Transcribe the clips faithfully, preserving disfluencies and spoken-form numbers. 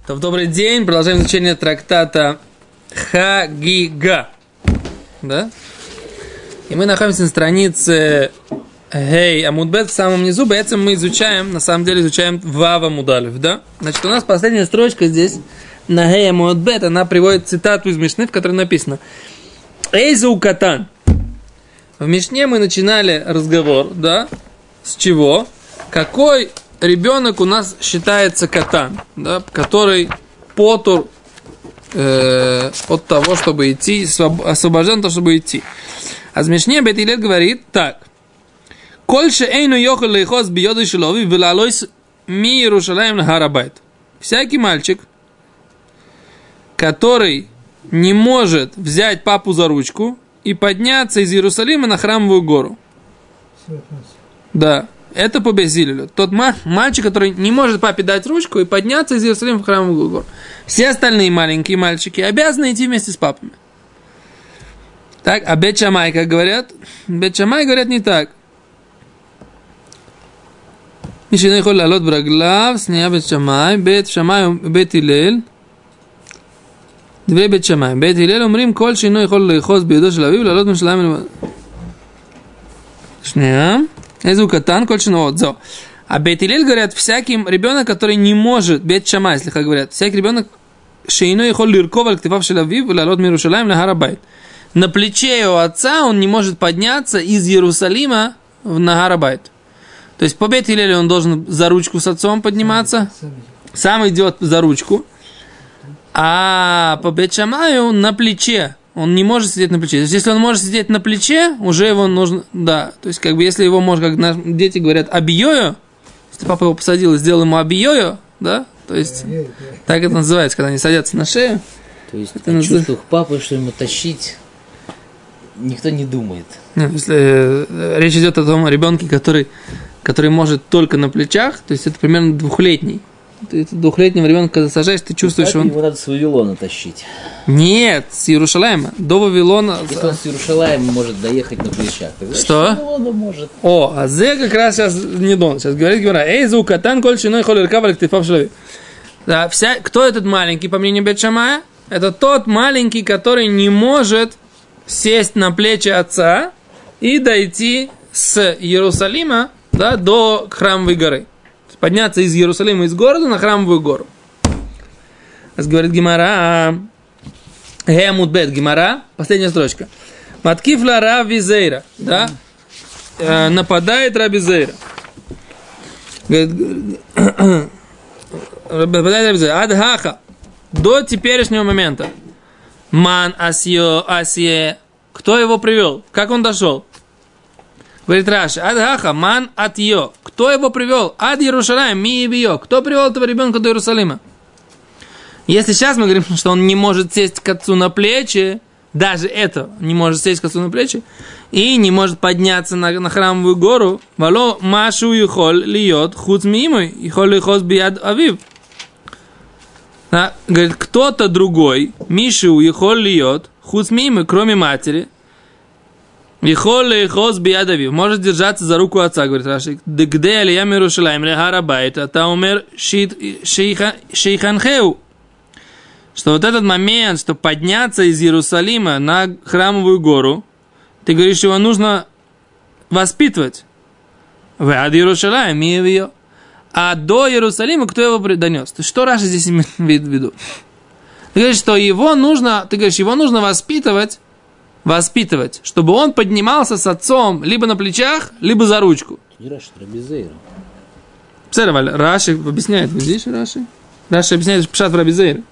То, добрый день, продолжаем изучение трактата Хагига. Да? И мы находимся на странице Гей Амудбет в самом низу. Поэтому мы изучаем, на самом деле изучаем Вава Мудалев, да? Значит, у нас последняя строчка здесь на Гей Амудбет, она приводит цитату из Мишны, в которой написано Эйзу катан. В Мишне мы начинали разговор, да? С чего? Какой ребенок у нас считается катан, да? Который потур э, от того, чтобы идти, освобожден от того, чтобы идти. А в Мишне Бейт Гилель говорит так. Кольше эйну йохал лейхоз биёды шелови вилалойс ми Иерушалаим на Гар ха-Байт. Всякий мальчик, который не может взять папу за ручку и подняться из Иерусалима на Храмовую гору. Да, это по Бейт Гилелю. Тот ма- мальчик, который не может папе дать ручку и подняться из Иерусалима в Храмовую гору. Все остальные маленькие мальчики обязаны идти вместе с папами. Так, а Бейт Шамай, как говорят? Бейт Шамай говорят не так. מי שאינו יכול לעלות ברגליו, שנייה בית שמאי, בית שמאי ובית הלל, דברי בית שמאי. בית הלל אומרים כל שאינו יכול לאחוז בידו של אביו, לעלות משלהם... שנייה. איזה הוא קטן, כל שאינו עוד, זהו. А Бейт Гилель говорят, всякий ребенок, который не может, Бейт Шамай, если как говорят, всякий ребенок, שאינו יכול לרכוב על כתפיו של אביו, ולעלות מירושלים להר הבית. На плече его отца он не может подняться из Иерусалима на Гар ха-Байт. То есть по Бейт Гилелю он должен за ручку с отцом подниматься. Сам идет за ручку. А по Бейт Шамаю на плече. Он не может сидеть на плече. То есть если он может сидеть на плече, уже его нужно... Да, то есть как бы если его можно, как наши дети говорят, абиёю, если папа его посадил и сделал ему абиёю, да, то есть так это называется, когда они садятся на шею. То есть о называется... чувствах папы, что ему тащить, никто не думает. Если э, речь идет о том ребенке, который... который может только на плечах, то есть это примерно двухлетний. Ты двухлетнего ребенка, когда сажаешь, ты чувствуешь, что он... Его надо с Вавилона тащить. Нет, с Иерушалайма. До Вавилона... Если он с Иерушалайма может доехать на плечах. Что? Вавилона может. О, а Зе как раз сейчас не дон. Сейчас говорит, говорит, эй, зу катан, коль шиной холер каваль ктифав шалави. Да, вся... Кто этот маленький, по мнению Бейт Шамая? Это тот маленький, который не может сесть на плечи отца и дойти с Иерусалима, да, до Храмовой горы. Подняться из Иерусалима, из города на Храмовую гору. Говорит Гемара, Геамудбет, Гемара, последняя строчка. Маткифла Раби Зейра, да, э, нападает Раби Зейра. Нападает Раби Зейра. Адхаха, до теперешнего момента. Ман асьё асье, кто его привел? Как он дошел? Говорит Раши, Адхаха, ман атьё. Кто его привел? Ад Иерушалаим, ми ибиё. Кто привел этого ребенка до Иерусалима? Если сейчас мы говорим, что он не может сесть к отцу на плечи, даже это не может сесть к отцу на плечи, и не может подняться на, на Храмовую гору, вало машу ихоль льет хуц мимой, ихоль лихоз бияд авив. Говорит, кто-то другой, мишу ихоль льет хуц мимой, кроме матери, может держаться за руку отца, говорит Раши. Где алия Иерушалаим на Гар ха-Байт, а та умер шейханхеу. Что вот этот момент, что подняться из Иерусалима на Храмовую гору, ты говоришь, его нужно воспитывать. А до Иерусалима кто его донес? Что Раши здесь имеет в виду? Ты говоришь, что его нужно, ты говоришь, его нужно воспитывать, воспитывать, чтобы он поднимался с отцом либо на плечах, либо за ручку. Раши, Раби Зейра. Раши объясняет, вы здесь Раши? Раши объясняет пшат в Раби Зейра.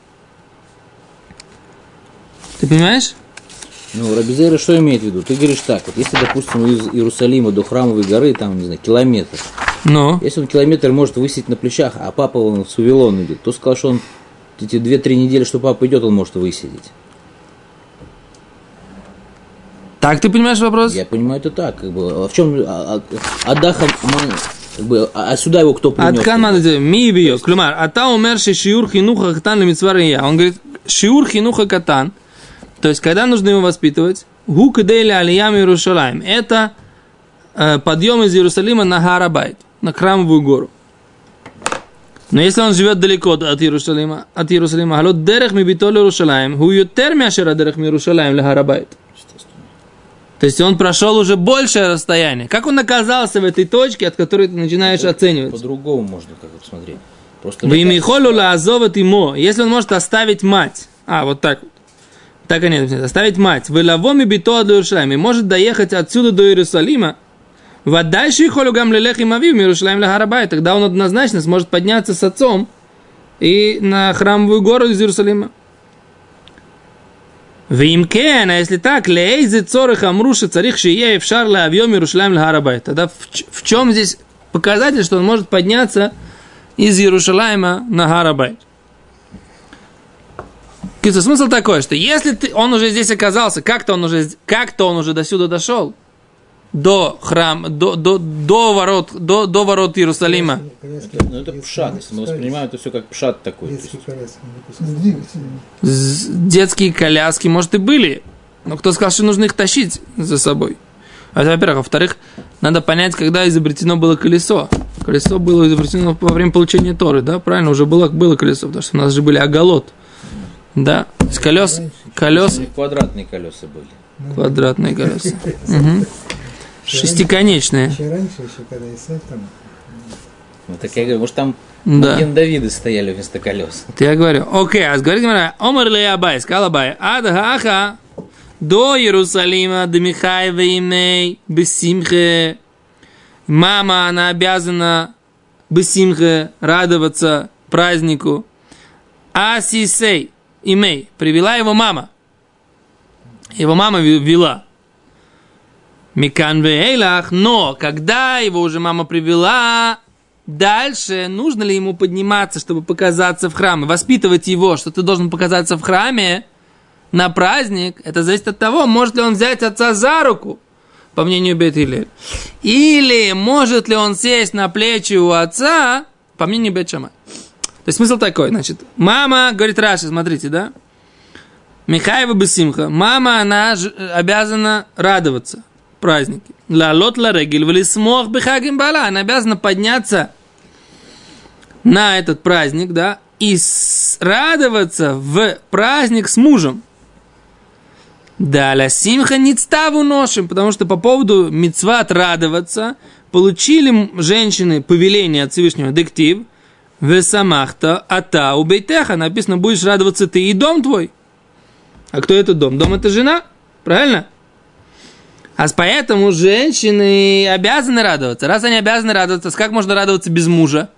Ты понимаешь? Ну, Раби Зейра что имеет в виду? Ты говоришь так, вот если, допустим, из Иерусалима до Храмовой горы, там, не знаю, километр. Ну? Если он километр может высидеть на плечах, а папа он в Вавилон идет, то сказал, что он эти две-три недели, что папа идет, он может высидеть. Так ты понимаешь вопрос? Я понимаю это так, как бы. А в чем Адаха, как бы, а сюда его кто принес? Аткан надо ми бьё. Клюмар, а та умерший шиур хинуха катан лемитсвария. Он говорит, шиур хинуха катан. То есть, когда нужно его воспитывать, гу кадейли алиям Иерушалаим. Это э, подъем из Иерусалима на Гар ха-Байт, на Храмовую гору. Но если он живет далеко от Иерусалима, от Иерусалима, алот дерех мибито ле-Иерушалаим, ху ютер мяшер дерех ми-Иерушалаим ле-Харабайт. То есть он прошел уже большее расстояние. Как он оказался в этой точке, от которой ты начинаешь это оценивать? По-другому можно как бы посмотреть. Вимихолу лаазоват имо. Если он может оставить мать. А, вот так вот. Так и нет. Оставить мать. Вылавоми бито до Иерусалима. Может доехать отсюда до Иерусалима. Вадальше холю гам лелех им авив Иерусалим ле-Харабайт. Тогда он однозначно сможет подняться с отцом и на храмовую гору из Иерусалима. Вимкен, а если так, лейзи цорых амруши царих шиеев шарла авьем Иерусалим ле-Харабайт. Тогда в, в чем здесь показатель, что он может подняться из Иерусалима на Харабайт? Смысл такой, что если ты, он уже здесь оказался, как-то он уже, как-то он уже до сюда дошел, до храма, до, до, до, ворот, до, до ворот Иерусалима. Ну это пшат, если мы воспринимаем это все как пшат такой. Детские коляски. Детские коляски, может, и были, но кто сказал, что нужно их тащить за собой? А это, во-первых. Во-вторых, надо понять, когда изобретено было колесо. Колесо было изобретено во время получения Торы, да? Правильно, уже было, было колесо, потому что у нас же были агалот. Да, с колес, колес. Квадратные колеса были. Квадратные колеса. Угу. Шестиконечные. Еще раньше, еще когда Исаак там... Ну так я говорю, может там да. Маген Давиды стояли вместо колес. Ты я говорю. Окей, а говорит Гемара, Омар ле Абай, сказал Абай, Адхаха, до Иерусалима, до Михаева имей, бессимхе. Мама, она обязана бессимхе, радоваться празднику. Асисей, имей, привела его мама. Его мама вела. Микан вейлах, но когда его уже мама привела, дальше нужно ли ему подниматься, чтобы показаться в храме, воспитывать его, что ты должен показаться в храме на праздник, это зависит от того, может ли он взять отца за руку, по мнению Бейт Гиллель, или может ли он сесть на плечи у отца, по мнению Бейт Шамай. То есть смысл такой, значит, мама, говорит Раши, смотрите, да, Михаева бессимха, мама, она обязана радоваться праздники. Лалот ла регель влисмох бихагим бала. Она обязана подняться на этот праздник, да, и радоваться в праздник с мужем. Да, ля симха ництаву ношим, потому что по поводу мицват радоваться получили женщины повеление от Всевышнего, дектив, весамахта ата убейтеха, написано, будешь радоваться ты и дом твой. А кто это дом? Дом это жена, правильно? А поэтому женщины обязаны радоваться. Раз они обязаны радоваться, как можно радоваться без мужа?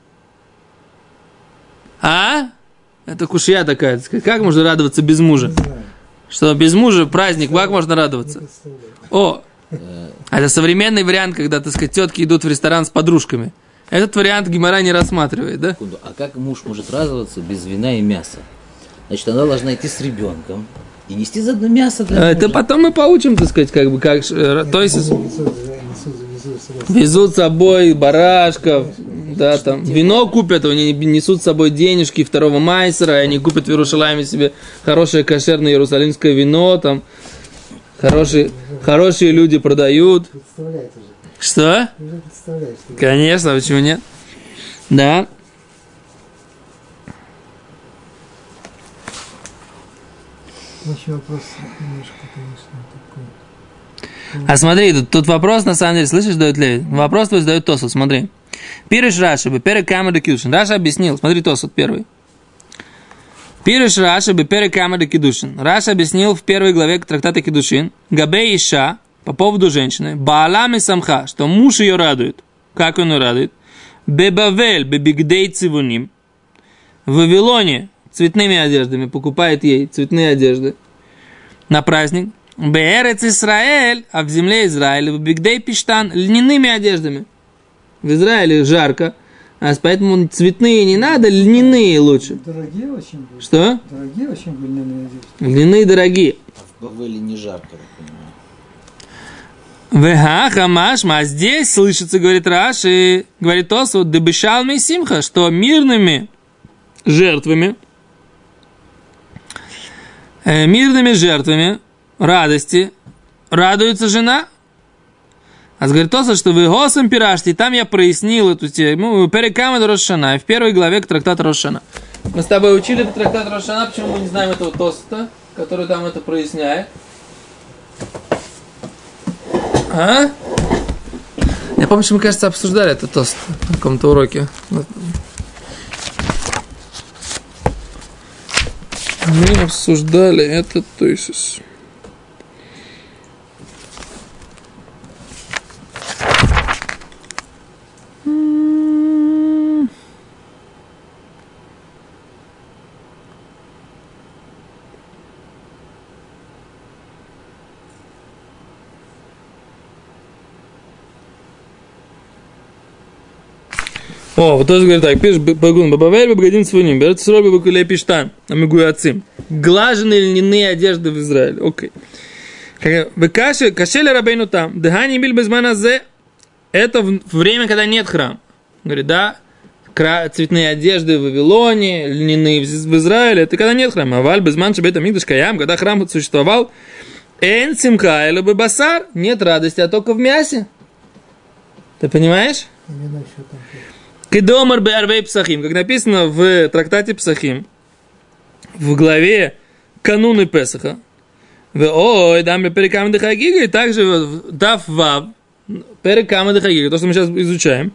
А? Это кушья такая. Как можно радоваться без мужа? Что без мужа праздник, как можно радоваться? О, это современный вариант, когда, так сказать, тетки идут в ресторан с подружками. Этот вариант Гемара не рассматривает, да? А как муж может радоваться без вина и мяса? Значит, она должна идти с ребенком и нести заодно мясо для мужа. Это потом мы поучим, так сказать, как бы, как... То есть... Везут с собой барашков, да, там, вино купят, они несут с собой денежки второго майсера, и они купят в Иерусалиме себе хорошее кошерное иерусалимское вино, там, хорошие, хорошие люди продают. Что? Конечно, почему нет? Да. Еще вопрос немножко, конечно, такой. А смотри, тут, тут вопрос, на самом деле, слышишь, дает Леви? Вопрос твой задает Тосот, смотри. Пируш Раши, Бепере Камеда Кидушин. Раша объяснил, смотри, Тосот первый. Пируш Раши, Бепере Камеда Кидушин. Раша объяснил в первой главе трактата Кидушин. Габе Иша, по поводу женщины. Баалами Самха, что муж ее радует. Как он ее радует? Бебавель, Бебигдей Цивуним. В Вавилоне цветными одеждами покупает ей цветные одежды на праздник. Беэрец Исраэль, а в земле Израиля, в Бигдей Пиштан, льняными одеждами. В Израиле жарко, а поэтому цветные не надо, льняные лучше. Дорогие очень были. Что? Дорогие очень были льняные одежды. Льняные дорогие. А в Бавеле не жарко, я понимаю. Веха хамашма, а здесь слышится, говорит Раши, говорит Тосу, дебешалми симха, что мирными жертвами, мирными жертвами радости радуется жена. А говорит Тоса, что вы Госом пирашьте, и там я прояснил эту тему. Перекамед Рош ха-Шана, в первой главе к трактату Рош ха-Шана. Мы с тобой учили этот трактат Рош ха-Шана, почему мы не знаем этого Тоса, который там это проясняет? А? Я помню, что мы, кажется, обсуждали этот тост на каком-то уроке. Мы обсуждали этот тост. О, вот тоже говорит так, пишет Багун, Бабавель, Бабагадин Свуним, берет сроби Бакулей Пиштан, Амигуацим. Глаженные льняные одежды в Израиле. Окей. Векаши, кашели рабейну там, дыхани бил безманазе, это время, когда нет храма. Говорит, да, цветные одежды в Вавилоне, льняные в Израиле, это когда нет храма. Аваль безман шабет амигдаш каям, когда храм существовал, эн симха или басар, нет радости, а только в мясе. Ты понимаешь? Кедомар беарвей псахим, как написано в трактате Псахим, в главе Кануны Песаха, в ой, дам перекамы дехагига, и также в дав вав, перекамы дехагига, то, что мы сейчас изучаем,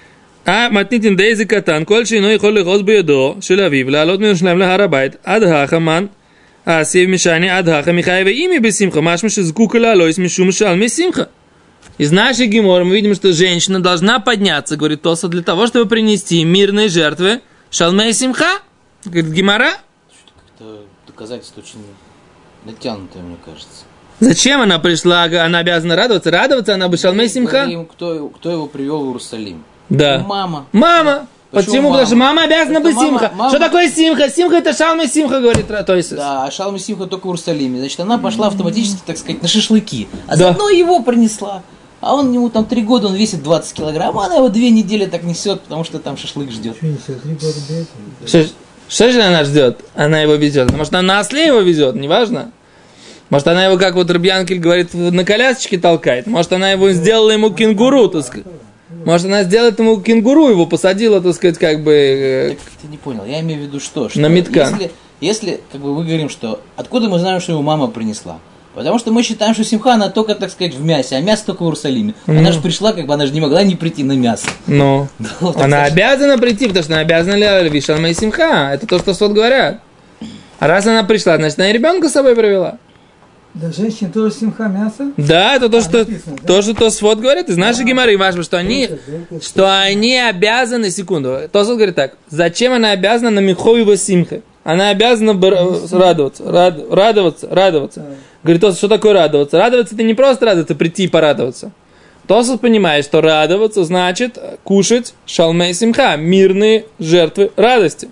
а матнитин дейзи катан, кольши иной холли хос бьедо, шелавив, лалот миршлем лахарабайт, адхаха ман, асив мишани, адхаха михаева ими бесимха, машмаши згука лалойс мишум шалми симха. Из нашей геморы мы видим, что женщина должна подняться, говорит Тоса, для того, чтобы принести мирные жертвы шалмей симха. Говорит Гемора. Как-то доказательство очень натянутое, мне кажется. Зачем она пришла? Она обязана радоваться. Радоваться она бы шалмей симха. Кто, кто его привел в Иерусалим? Да. Мама. Мама. Почему? Почему? Потому что мама обязана быть симха. Мама... Что такое симха? Симха это шалмей симха, говорит Тойсис. Да, а шалмей симха только в Иерусалиме. Значит, она пошла автоматически, так сказать, на шашлыки. А да. заодно его принесла. А он ему там три года, он весит двадцать килограмм, а она его две недели так несет, потому что там шашлык ждет. Что несет? Три года бьет? Что, что же она ждет? Она его везет. Может, она на осле его везет, неважно. Может, она его, как вот Рабьянкель говорит, на колясочке толкает. Может, она его сделала ему кенгуру, так сказать. Может, она сделает ему кенгуру, его посадила, так сказать, как бы... Так ты не понял, я имею в виду что? что на метка. Если, если, как бы, мы говорим, что... Откуда мы знаем, что его мама принесла? Потому что мы считаем, что симха, она только, так сказать, в мясе, а мясо только в Иерусалиме. Mm. Она же пришла, как бы, она же не могла не прийти на мясо. Ну, no. Она обязана прийти, потому что она обязана ли вишалма и симха. Это то, что сот говорят. А раз она пришла, значит, она и ребенка с собой привела. Да, женщина тоже симха мясо? Да, это то, а, что, написано, да? То, что Тосфот говорит. Из нашей геморы важно, что они, что они обязаны, секунду, Тосфот говорит так, зачем она обязана на михо его симхе? Она обязана радоваться, рад, радоваться, радоваться. Да. Говорит, Тосфот, что такое радоваться? Радоваться это не просто радоваться, прийти и порадоваться. Тосфот понимает, что радоваться значит кушать шалмей симха, мирные жертвы радости.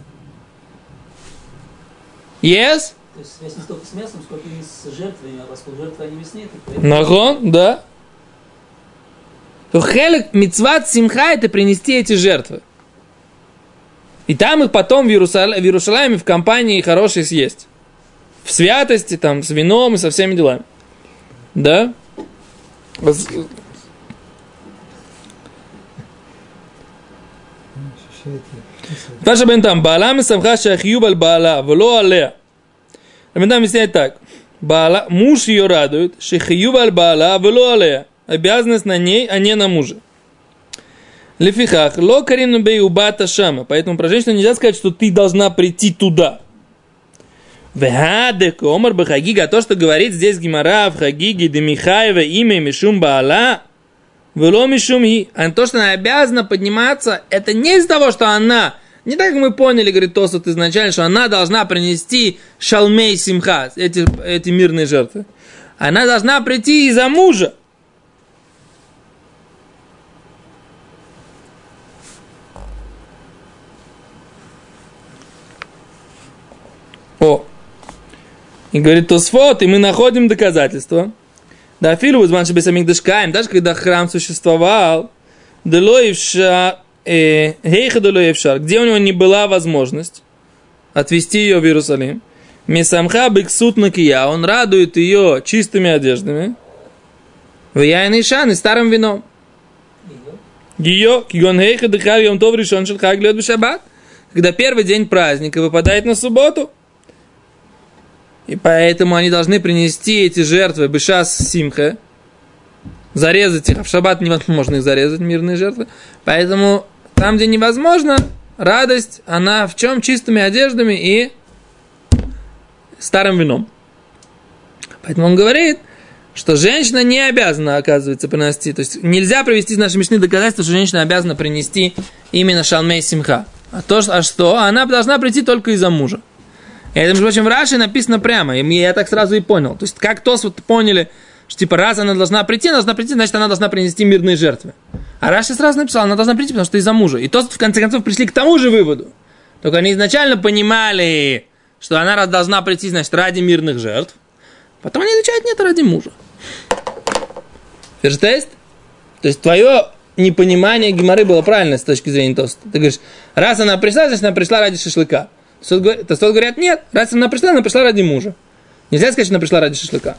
Yes? То есть связь не столько с мясом, сколько и с жертвами, а поскольку жертвы они мясные, то... Нахон, да. То хелек мицват симха это принести эти жертвы. И там их потом в, Иерусал... в Иерусалиме в компании хорошей съесть. В святости, там, с вином и со всеми делами. Да? Таша бен там, баала мисамха шахьюб аль баала, вло алея. Там объясняет так. Баала, муж ее радует, шахьюб аль баала, вло алея. Обязанность на ней, а не на муже. Лефихах, ло карину бей убата шама. Поэтому про женщину нельзя сказать, что ты должна прийти туда. Вехадек, омар бахагига, то, что говорит здесь Гемара в Хагиге, демихаева имя мишум баала, вело мишум ги. А то, что она обязана подниматься, это не из-за того, что она, не так, как мы поняли, говорит Тосфот изначально, что она должна принести шалмей симха, эти, эти мирные жертвы. Она должна прийти из-за мужа. О. И говорит Тосфот, и мы находим доказательства. Да, филу из манши бесамикдашкаем, даже когда храм существовал, делоевша, хейха делоевшар, где у него не была возможность отвезти ее в Иерусалим. Месамха биксут накия, он радует ее чистыми одеждами. В яйн ишан и старым вином. Ее, кигонхейха дыхав йом тов решен шелхаг лед бешаббат. Когда первый день праздника выпадает на субботу. И поэтому они должны принести эти жертвы бешас симха. Зарезать их. А в шаббат невозможно их зарезать, мирные жертвы. Поэтому там, где невозможно, радость, она в чем? Чистыми одеждами и старым вином. Поэтому он говорит, что женщина не обязана, оказывается, принести. То есть нельзя привести из нашей мишны доказательства, что женщина обязана принести именно шалмей симха. А, то, а что? Она должна прийти только из-за мужа. И это, между прочим, в Раши написано прямо. И я так сразу и понял. То есть как Тос вот поняли, что типа раз она должна прийти, она должна прийти, значит она должна принести мирные жертвы. А Раши сразу написал, она должна прийти, потому что из-за мужа. И Тос в конце концов пришли к тому же выводу. Только они изначально понимали, что она должна прийти, значит, ради мирных жертв. Потом они отвечают, нет, ради мужа. Ферштейст? То есть твое непонимание Гемары было правильно с точки зрения Тоста. Ты говоришь, раз она пришла, значит она пришла ради шашлыка. Тостот говорят, нет, раз она пришла, она пришла ради мужа. Нельзя сказать, что она пришла ради шашлыка.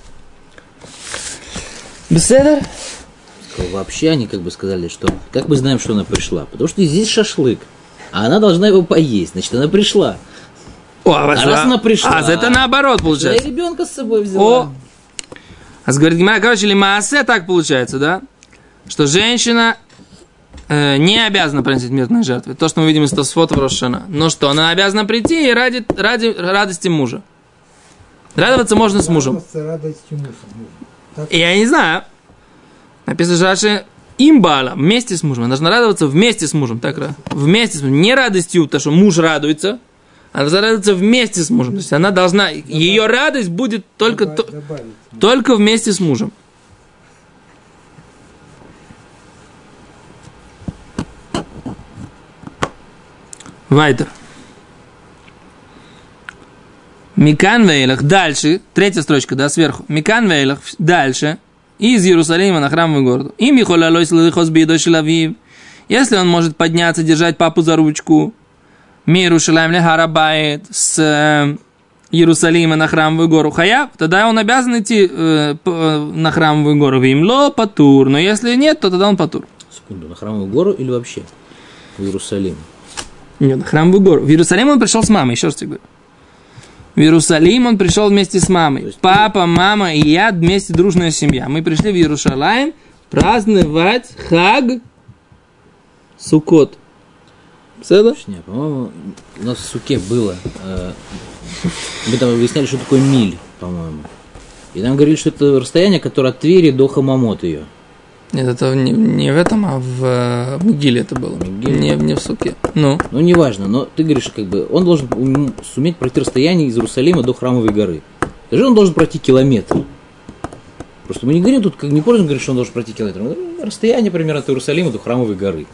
Беседер? Вообще они как бы сказали, что как мы знаем, что она пришла? Потому что здесь шашлык, а она должна его поесть, значит она пришла. О, а, а раз она пришла, а это наоборот получается. Я ребенка с собой взяла. О, а говорит Гемара, короче, лимаасе так получается, да? Что женщина э, не обязана приносить мирные жертвы. То, что мы видим из Тосфота в Рош ха-Шана. Но что, она обязана прийти и ради, ради радости мужа. Радоваться можно с мужем. Радостью мужа. Так? Я не знаю. Написано, что Раши имбала, вместе с мужем. Она должна радоваться вместе с мужем. Так, вместе с мужем. Не радостью, потому что муж радуется. Она должна радоваться вместе с мужем. То есть она должна, добавить. Ее радость будет только, добавить, то, добавить. только вместе с мужем. Вайтер. Микан вейлах. Дальше. Третья строчка, да, сверху. Микан вейлах. Дальше. Из Иерусалима на храмовый город. Им ихолалой слыхос бидоши лавив. Если он может подняться, держать папу за ручку. Миру шалаем лехарабайт с э, Иерусалима на храмовую гору Хаяв, тогда он обязан идти э, п, на храмовую гору Вимло патур, но если нет, то тогда он патур. Секунду, на храмовую гору или вообще в Иерусалим? Нет, на храмовую гору. В Иерусалим он пришел с мамой, еще раз тебе говорю. В Иерусалим он пришел вместе с мамой. Есть, папа, мама и я вместе дружная семья. Мы пришли в Иерусалим праздновать Хаг Суккот. Не, по-моему, у нас в Суке было, э, мы там выясняли, что такое миль, по-моему. И нам говорили, что это расстояние, которое от Твери до Хамамот ее. Нет, это не, не в этом, а в, в Мегиле это было. Мегиле? Не, не в Суке. Ну. Ну, неважно, но ты говоришь, как бы, он должен суметь пройти расстояние из Иерусалима до Храмовой горы. Скажи, он должен пройти километр. Просто мы не говорим тут, как не можем говорить, что он должен пройти километр. Мы говорим, расстояние примерно от Иерусалима до Храмовой горы.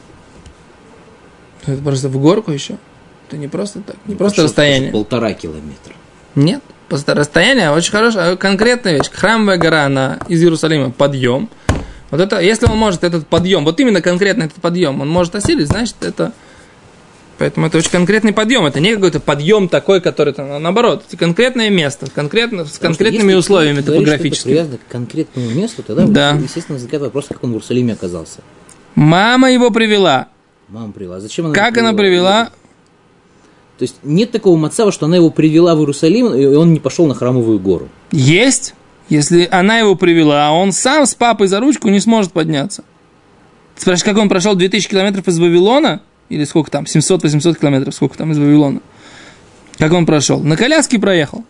Это просто в горку еще? Это не просто так, не ну, просто расстояние. Полтора километра. Нет, просто расстояние очень хорошее, конкретная вещь. Храмовая гора, она из Иерусалима подъем. Вот это, если он может этот подъем, вот именно конкретно этот подъем, он может осилить, значит это... Поэтому это очень конкретный подъем. Это не какой-то подъем такой, который там, наоборот, это конкретное место, конкретно, с конкретными условиями топографическими. Если привязано к конкретному месту, тогда, да. естественно, возникает вопрос, как он в Иерусалиме оказался. Мама его привела. Мама привела. Зачем она Как привела? она привела? То есть нет такого мацава, что она его привела в Иерусалим, и он не пошел на Храмовую гору. Есть. Если она его привела, а он сам с папой за ручку не сможет подняться. Ты спрашиваешь, как он прошел две тысячи километров из Вавилона? Или сколько там? семьсот-восемьсот километров, сколько там из Вавилона? Как он прошел? На коляске проехал.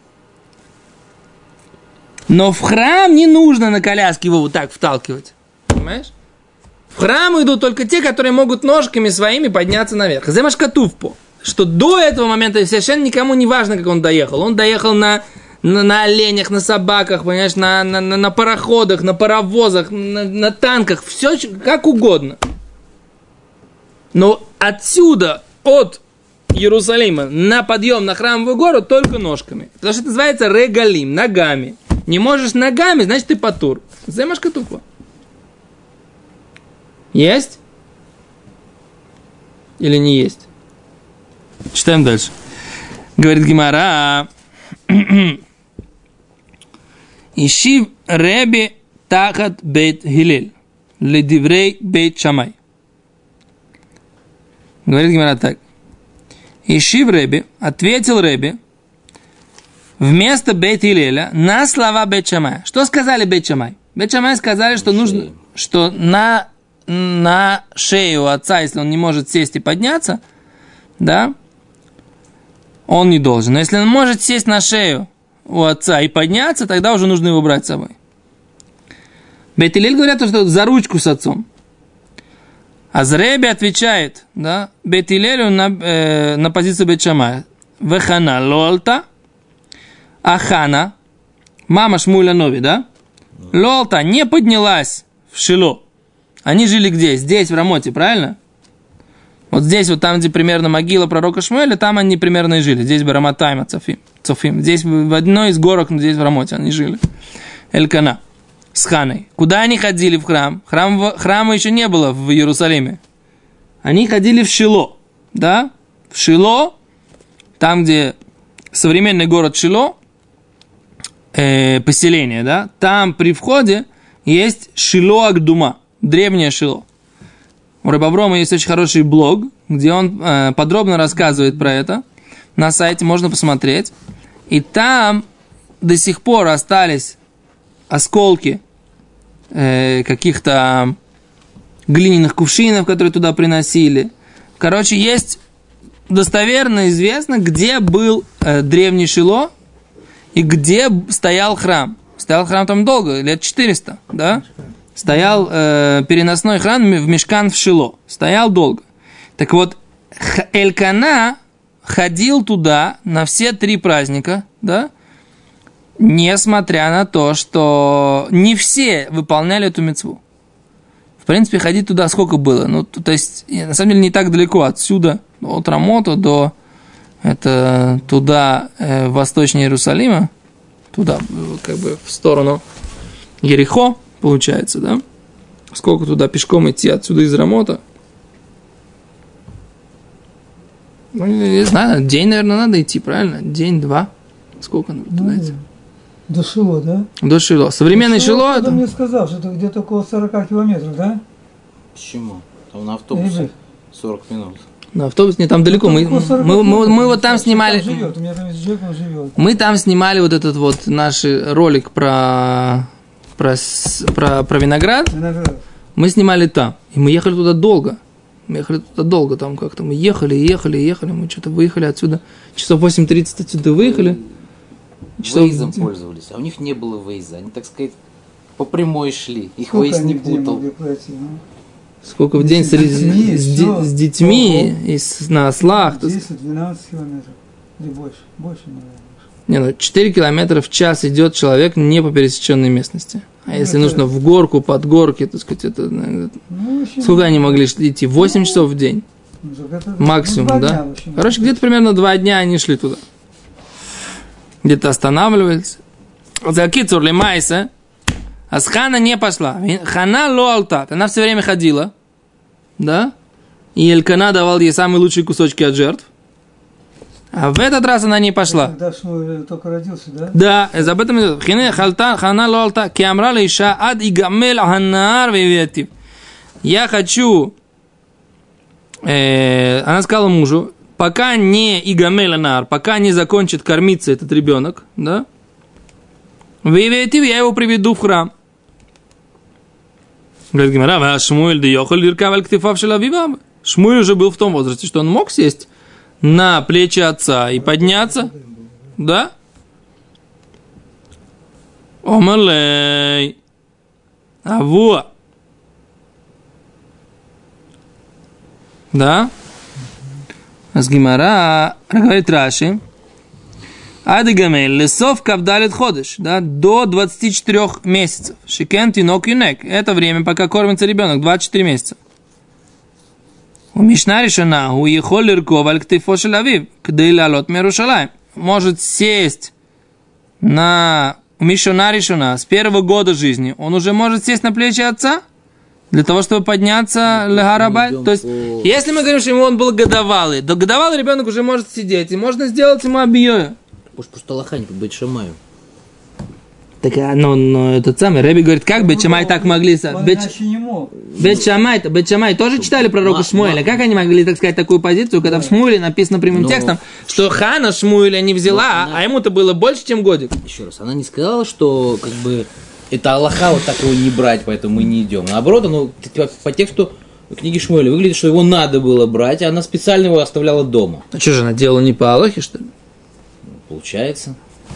Но в храм не нужно на коляске его вот так вталкивать. Понимаешь? В храм идут только те, которые могут ножками своими подняться наверх. Земаш катувпо, что до этого момента совершенно никому не важно, как он доехал. Он доехал на, на, на оленях, на собаках, понимаешь, на, на, на, на пароходах, на паровозах, на, на танках, все как угодно. Но отсюда, от Иерусалима на подъем на храмовую гору только ножками. Потому что это называется регалим, ногами. Не можешь ногами, значит ты патур. Земаш катувпо. Есть? Или не есть? Читаем дальше. Говорит Гемара. Ищи Реби тахат бейт Гилель, ледиврей бейт Шамай. Говорит Гемара так. Ишив Реби, ответил Реби, вместо бейт Гилеля на слова бейт Шамая. Что сказали бейт Шамай? Бейт Шамай сказали, что нужно, что на, на шею отца, если он не может сесть и подняться, да, он не должен. Но если он может сесть на шею у отца и подняться, тогда уже нужно его брать с собой. Бейт Гилель говорят, что за ручку с отцом. А Реби отвечает, да, Бейт Гилелю на, э, на позицию Бейт Шамая. Вехана лолта, а Хана, мама Шмуэля Нови, да, лолта не поднялась в Шило. Они жили где? Здесь, в Рамоте, правильно? Вот здесь, вот там, где примерно могила пророка Шмуэля, там они примерно и жили. Здесь Бараматайма, Цофим. Цофим. Здесь в одной из горок, здесь в Рамоте они жили. Элькана. С Ханой. Куда они ходили в храм? Храм? Храма еще не было в Иерусалиме. Они ходили в Шило. Да? В Шило, там, где современный город Шило, э, поселение, да? Там при входе есть Шило Агдума. Древнее Шило. У Ребе Аврома есть очень хороший блог, где он э, подробно рассказывает про это. На сайте можно посмотреть. И там до сих пор остались осколки э, каких-то глиняных кувшинов, которые туда приносили. Короче, есть достоверно известно, где был э, древний Шило и где стоял храм. Стоял храм там долго, лет четыреста, да? Стоял э, переносной храм в Мишкан в Шило. Стоял долго. Так вот, Элькана ходил туда на все три праздника, да? Несмотря на то, что не все выполняли эту мицву. В принципе, ходить туда сколько было? Ну, то есть, на самом деле, не так далеко отсюда, от Рамота до это, туда, э, восточнее Иерусалима, туда, как бы, в сторону Ерихо, получается, да? Сколько туда пешком идти отсюда из Рамота? Ну, не знаю, день, наверное, надо идти, правильно? День-два. Сколько надо туда идти? До Шило, да? До Шило. Современный Шило... Ты мне сказал, что это где-то около сорок километров, да? Почему? Там на автобусе сорок минут. На автобус не там далеко. Мы, мы, мы, мы, мы вот там снимали... Там живет. У меня там есть Джек, он живет. Мы там снимали вот этот вот наш ролик про... Про, про, про виноград. Виноград. Мы снимали там. И мы ехали туда долго. Мы ехали туда долго. Там как-то мы ехали, ехали, ехали. Мы что-то выехали отсюда. Часов восемь тридцать отсюда выехали. Часов... Вейзом пользовались. А у них не было Вейза. Они, так сказать, по прямой шли. Их Вейз не путал. Пройти, ну? Сколько в день с, детьми, с, с, с детьми и с, на ослах. десять-двенадцать километров. Или больше. Больше, наверное. Не, ну четыре километра в час идет человек не по пересеченной местности. А ну, если это... нужно в горку, под горки, так сказать, это... Ну, общем, сколько они могли идти? восемь ну, часов в день? Ну, максимум, ну, да? Дня, короче, где-то примерно два дня они шли туда. Где-то останавливались. Закицур лимайса. А с Хана не пошла. Хана ло алтат. Она все время ходила. Да? И Элькана давал ей самые лучшие кусочки от жертв. А в этот раз она не пошла. Когда Шмуэль только родился, да? Да, об этом идет. Хина халта, хана ло алта, киамра лиша ад игамел ханаар вевиатив. Я хочу... Э, она сказала мужу, пока не игамел ханаар, пока не закончит кормиться этот ребенок, да? Вевиатив, я его приведу в храм. Говорит Гемара, а Шмуэль да йохал лиркаваль ктифав шелавива. Шмуэль уже был в том возрасте, что он мог сесть на плечи отца и подняться, да? Омалей. А во. Да? С Гемара говорит Раши. Адыгамель лесов кавдалит ходыш, да, до двадцати четырёх месяцев. Шикен тинок юнек. Это время, пока кормится ребенок, двадцать четыре месяца. У Мишна решена, у ехолерков аль-ктифо шелавив, кдей лалот мерушалаем. Может сесть на... У Мишна решена, с первого года жизни он уже может сесть на плечи отца, для того, чтобы подняться легарабай. То есть, если мы говорим, что ему он был годовалый, то годовалый ребенок уже может сидеть, и можно сделать ему объёю. Может, просто лохань быть шамаю. Так, ну, ну, этот самый, Рэби говорит, как Бет Шамай так могли... Он Бет, иначе не мог. Бет Шамай, Бет Шамай тоже читали пророка Ма- Шмуэля. ма- Как они могли, так сказать, такую позицию, когда в Шмуэле написано прямым Ну, текстом, что Хана Шмуэля не взяла, ну, а ему-то было больше, чем годик. Еще раз, она не сказала, что как бы это Аллаха, вот так его не брать, поэтому мы не идем. Наоборот, ну, по тексту книги Шмуэля выглядит, что его надо было брать, а она специально его оставляла дома. А что же, она делала не по Аллахе, что ли? Получается.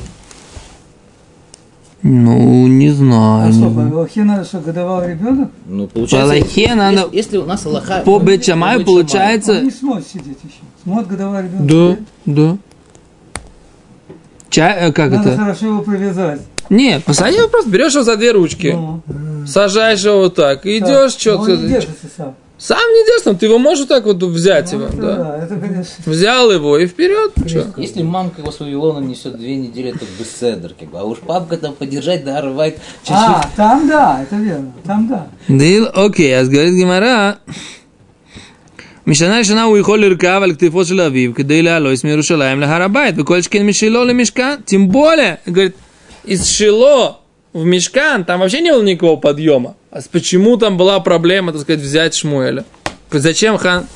Ну, не А знаю. что, по Аллахе надо, что годовалый ребенок? Ну, По получается, Аллахе надо... если, если у нас Аллаха... По ну, Бет Шамаю Бет получается... Он не сможет сидеть еще. Сможет годовалый ребенок? Да, да. Чай, э, как Надо это? хорошо его привязать. Не, посади его просто, берешь его за две ручки, Ну, сажаешь его вот так, и идешь, так. что Но он не держится сам. Сам не держишь, но ты его можешь вот так вот взять Ну, его, это да? да, это, конечно. Взял его и вперед. Что? Если мамка его с Вавилона несет две недели, это беседер, как бы. А уж папка там подержать, да, рвать чуть-чуть. А, там да, это верно. Там да. Дил, окей, אז говорит Гемара, משנה לשנה הוא יכול לרכב על כתפו של אביו כדי לעלות מירושלים להר הבית, וכל שכן משילו למשכן, тем более, говорит, из Шило в Мишкан там вообще не было никакого подъема. А почему там была проблема, так сказать, взять Шмуэля? Зачем хан...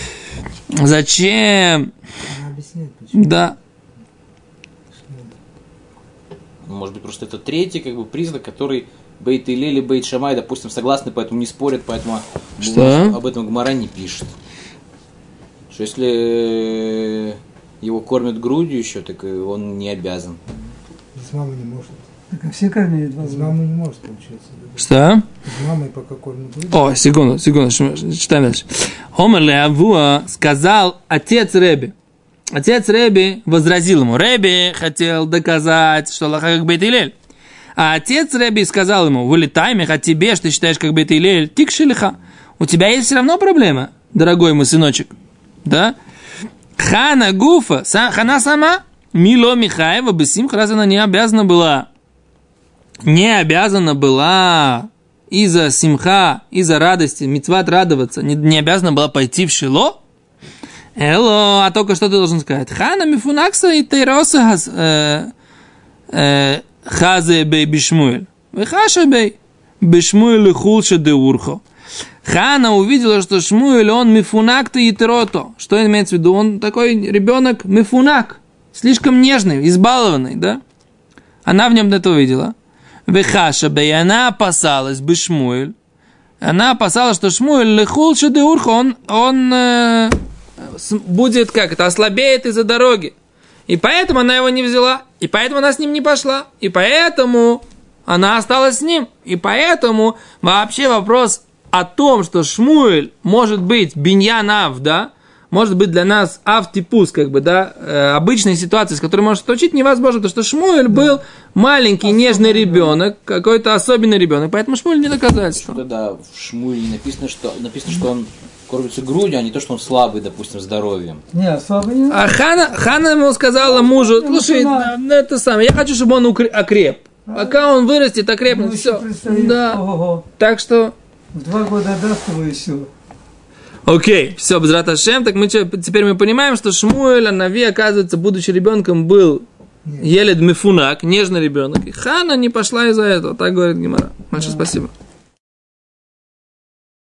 Зачем? Она объясняет, почему. Да. Может быть, просто это третий, как бы, признак, который Бейт Илель или Бейт Шамай, допустим, согласны, поэтому не спорят, поэтому Что? об этом Гмара не пишет. Что если его кормят грудью еще, так он не обязан. С мамой не может. Так а все кормили два С года. мамой не может, получается. Что? С мамой пока кормят грудью. О, секунду, секунду, читаем дальше. Хомер Леавуа сказал отец Реби. Отец Реби возразил ему. Реби хотел доказать, что Аллаха как Бейт Илель. А отец Реби сказал ему, вылетай, меха тебе, что ты считаешь как Бейт Илель, тикшилиха. У тебя есть все равно проблема, дорогой мой сыночек. Да? Хана Гуфа, Хана сама, Мило Михаева, Бесимха, раз она не обязана была, не обязана была из-за симха, из-за радости, мицват радоваться, не, не обязана была пойти в Шило. Эло, а только что ты должен сказать? Хана мифунакса и тейроса хазе бей бишмуэль. Вехаша бей бишмуэль хулша де урхо. Хана увидела, что Шмуэль, он мифунак-то и терото. Что имеется в виду? Он такой ребенок мифунак, слишком нежный, избалованный, да? Она в нем это увидела. Вехаша бей, она опасалась бы Шмуэль. Она опасалась, что Шмуэль лехулша де урхо, он, он э, будет как это, ослабеет из-за дороги. И поэтому она его не взяла. И поэтому она с ним не пошла. И поэтому она осталась с ним. И поэтому вообще вопрос о том, что Шмуэль может быть биньян ав, да, может быть для нас ав-типус, как бы, да, э, обычная ситуация, с которой может учить, невозможно, потому что Шмуэль был маленький, особенный нежный ребенок, какой-то особенный ребенок, поэтому Шмуэль не доказательство. Что да, в Шмуэле написано, что написано, что он кормится грудью, а не то, что он слабый, допустим, здоровьем. Не, слабый не. А Хана, Хана ему сказала мужу, слушай, да, это самое, я хочу, чтобы он укр- окреп. Пока он вырастет, окрепнет, Ну, все. предстоит. Да. Ого. Так что... В два года даст его и все. Окей, все, Безрат Ашем, так мы что, теперь мы понимаем, что Шмуэль, Анави, оказывается, будучи ребенком, был елед мифунак, нежный ребенок. И Хана не пошла из-за этого, так говорит Гемара. Большое спасибо.